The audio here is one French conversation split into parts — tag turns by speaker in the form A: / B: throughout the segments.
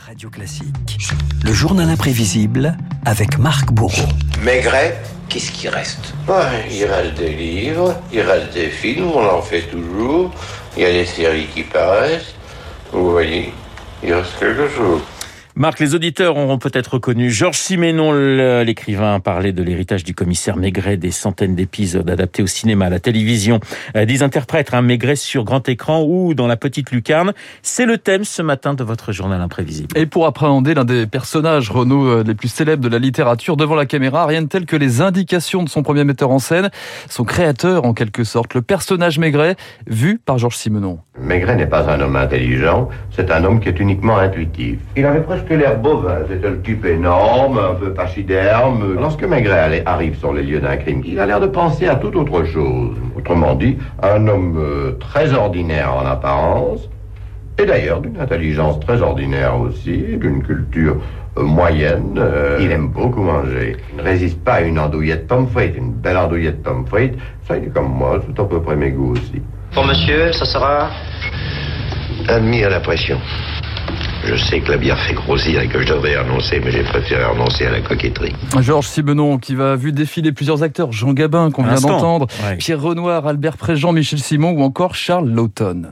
A: Radio Classique. Le journal imprévisible avec Marc Bourreau.
B: Maigret, qu'est-ce qui reste ? Il reste des livres, il reste des films, on en fait toujours. Il y a des séries qui paraissent. Vous voyez, il reste quelque chose.
C: Marc, les auditeurs auront peut-être reconnu Georges Simenon, l'écrivain, parlait de l'héritage du commissaire Maigret, des centaines d'épisodes adaptés au cinéma, à la télévision, des interprètes, Maigret sur grand écran ou dans la petite lucarne. C'est le thème ce matin de votre journal imprévisible.
D: Et pour appréhender l'un des personnages, Renaud, les plus célèbres de la littérature devant la caméra, rien de tel que les indications de son premier metteur en scène, son créateur en quelque sorte, le personnage Maigret, vu par Georges Simenon.
B: Maigret n'est pas un homme intelligent, c'est un homme qui est uniquement intuitif. Il avait presque l'air bovin, c'était le type énorme, un peu pachyderme. Lorsque Maigret arrive sur les lieux d'un crime, il a l'air de penser à toute autre chose. Autrement dit, un homme très ordinaire en apparence, et d'ailleurs d'une intelligence très ordinaire aussi, d'une culture moyenne. Il aime beaucoup manger. Il ne résiste pas à une andouillette pomme frite, une belle andouillette pomme frite. Ça, il est comme moi, c'est à peu près mes goûts aussi.
E: Pour monsieur, ça sera...
B: Admis à la pression. Je sais que la bière fait grossir et que je devrais renoncer, mais j'ai préféré renoncer à la coquetterie.
D: Georges Simenon, qui va vu défiler plusieurs acteurs, Jean Gabin, qu'on vient d'entendre, ouais. Pierre Renoir, Albert Préjean, Michel Simon ou encore Charles Laughton.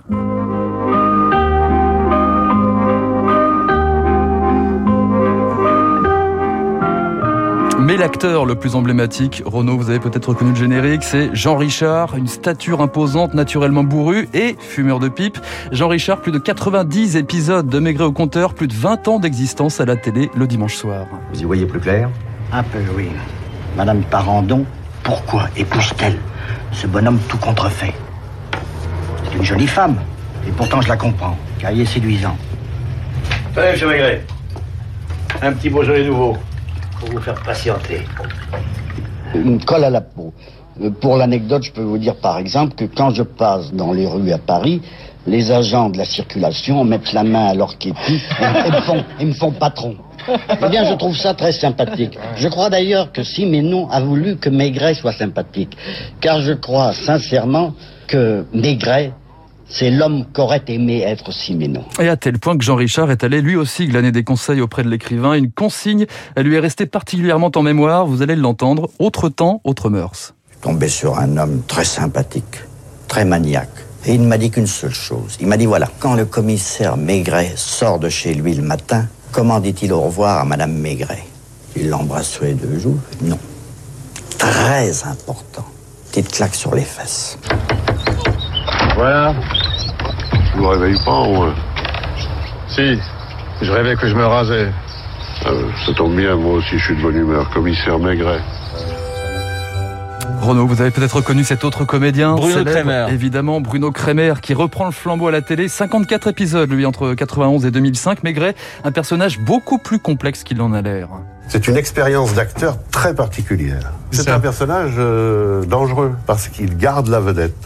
D: Mais l'acteur le plus emblématique, Renaud, vous avez peut-être reconnu le générique, c'est Jean Richard, une stature imposante, naturellement bourrue et fumeur de pipe. Jean Richard, plus de 90 épisodes de Maigret au compteur, plus de 20 ans d'existence à la télé le dimanche soir.
F: Vous y voyez plus clair ?
G: Un peu, oui. Madame Parandon, pourquoi épouse-t-elle ce bonhomme tout contrefait ? C'est une jolie femme, et pourtant je la comprends, car il est séduisant.
F: Tenez, monsieur Maigret, un petit Beaujolais nouveau. Pour vous faire patienter.
G: Une colle à la peau. Pour l'anecdote, je peux vous dire par exemple que quand je passe dans les rues à Paris, les agents de la circulation mettent la main à leur képi et me font patron. Eh bien, je trouve ça très sympathique. Je crois d'ailleurs que Simenon a voulu que Maigret soit sympathique. Car je crois sincèrement que Maigret, c'est l'homme qu'aurait aimé être Simenon.
D: Et à tel point que Jean Richard est allé lui aussi glaner des conseils auprès de l'écrivain. Une consigne, elle lui est restée particulièrement en mémoire. Vous allez l'entendre. Autre temps, autre mœurs.
G: Je suis tombé sur un homme très sympathique, très maniaque. Et il ne m'a dit qu'une seule chose. Il m'a dit voilà, quand le commissaire Maigret sort de chez lui le matin, comment dit-il au revoir à Madame Maigret ? Il l'embrasse sur les deux joues ? Non. Très important. Petite claque sur les fesses.
H: Voilà. Je me réveille pas, moi. Si, je rêvais que je me rasais. Ça tombe bien, moi aussi je suis de bonne humeur, commissaire Maigret.
D: Renaud, vous avez peut-être reconnu cet autre comédien
C: Bruno
D: célèbre,
C: Kremer.
D: Évidemment, Bruno Kremer, qui reprend le flambeau à la télé. 54 épisodes, lui, entre 91 et 2005. Maigret, un personnage beaucoup plus complexe qu'il en a l'air.
I: C'est une expérience d'acteur très particulière. C'est un personnage dangereux, parce qu'il garde la vedette.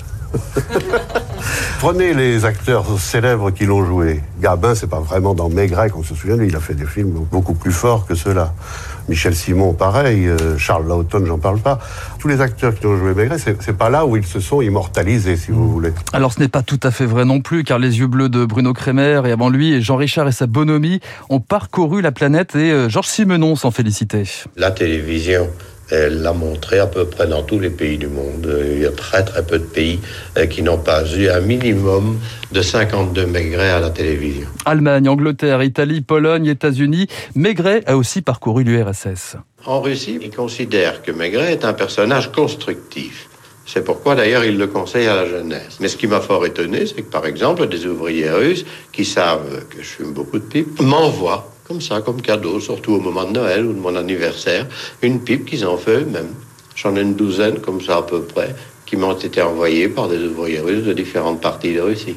I: Prenez les acteurs célèbres qui l'ont joué. Gabin, c'est pas vraiment dans Maigret qu'on se souvient, lui, il a fait des films beaucoup plus forts que ceux-là. Michel Simon, pareil, Charles Laughton, j'en parle pas. Tous les acteurs qui ont joué Maigret, c'est pas là où ils se sont immortalisés, si vous voulez.
D: Alors ce n'est pas tout à fait vrai non plus, car les yeux bleus de Bruno Kremer et avant lui, Jean Richard et sa bonhomie ont parcouru la planète et Georges Simenon s'en félicitait.
B: La télévision, elle l'a montré à peu près dans tous les pays du monde. Il y a très très peu de pays qui n'ont pas eu un minimum de 52 Maigret à la télévision.
D: Allemagne, Angleterre, Italie, Pologne, États-Unis. Maigret a aussi parcouru l'URSS.
B: En Russie, ils considèrent que Maigret est un personnage constructif. C'est pourquoi d'ailleurs il le conseille à la jeunesse. Mais ce qui m'a fort étonné, c'est que par exemple des ouvriers russes qui savent que je fume beaucoup de pipes m'envoient comme ça, comme cadeau, surtout au moment de Noël ou de mon anniversaire, une pipe qu'ils ont fait eux-mêmes. J'en ai une douzaine, comme ça à peu près, qui m'ont été envoyées par des ouvriers russes de différentes parties de Russie.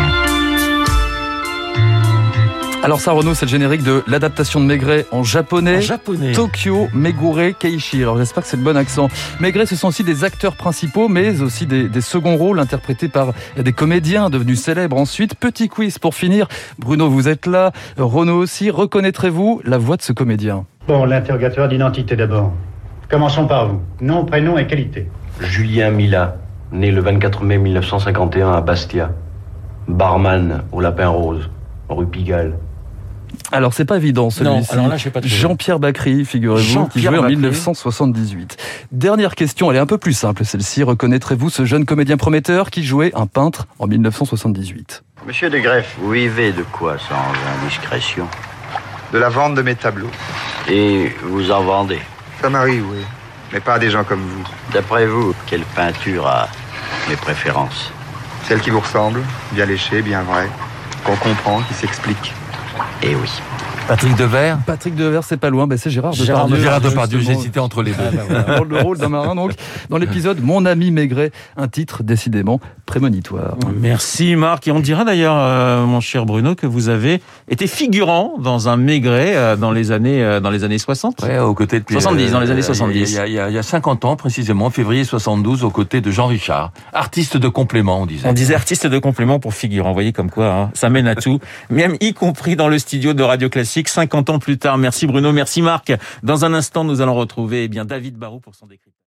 D: Alors ça, Renaud, c'est le générique de l'adaptation de Maigret en japonais. Tokyo Megure Keishi. Alors j'espère que c'est le bon accent. Maigret, ce sont aussi des acteurs principaux, mais aussi des seconds rôles interprétés par des comédiens devenus célèbres ensuite. Petit quiz pour finir. Bruno, vous êtes là. Renaud aussi. Reconnaîtrez-vous la voix de ce comédien ?
J: Bon, l'interrogatoire d'identité d'abord. Commençons par vous. Nom, prénom et qualité.
K: Julien Mila, né le 24 mai 1951 à Bastia. Barman au Lapin Rose, rue Pigalle.
D: Alors, c'est pas évident, celui-ci.
C: Non, alors là, je sais pas trop.
D: Jean-Pierre Bacri, figurez-vous, qui jouait en 1978. Dernière question, elle est un peu plus simple, celle-ci. Reconnaîtrez-vous ce jeune comédien prometteur qui jouait un peintre en 1978?
L: Monsieur de Greff, vous vivez de quoi, sans indiscrétion?
M: De la vente de mes tableaux.
L: Et vous en vendez?
M: Ça m'arrive, oui. Mais pas à des gens comme vous.
L: D'après vous, quelle peinture a mes préférences?
M: Celle qui vous ressemble, bien léchée, bien vraie, qu'on comprend, qui s'explique.
L: Eh oui.
N: Patrick Devers?
D: Patrick Devers, c'est pas loin, c'est Gérard
N: Depardieu, j'ai hésité entre les deux.
D: Le rôle d'un marin, donc, dans l'épisode Mon ami Maigret, un titre décidément prémonitoire.
C: Merci Marc, et on dira d'ailleurs, mon cher Bruno, que vous avez été figurant dans un Maigret dans les années 60.
N: Ouais, aux côtés de
C: 70, dans les années 70.
N: Il y a 50 ans, précisément, février 72, aux côtés de Jean Richard. Artiste de complément, on disait.
C: On disait artiste de complément pour figurant, vous voyez comme quoi, hein, ça mène à tout, même y compris dans le studio de Radio Classique, 50 ans plus tard. Merci Bruno, merci Marc. Dans un instant, nous allons retrouver David Barrault pour son décryptage.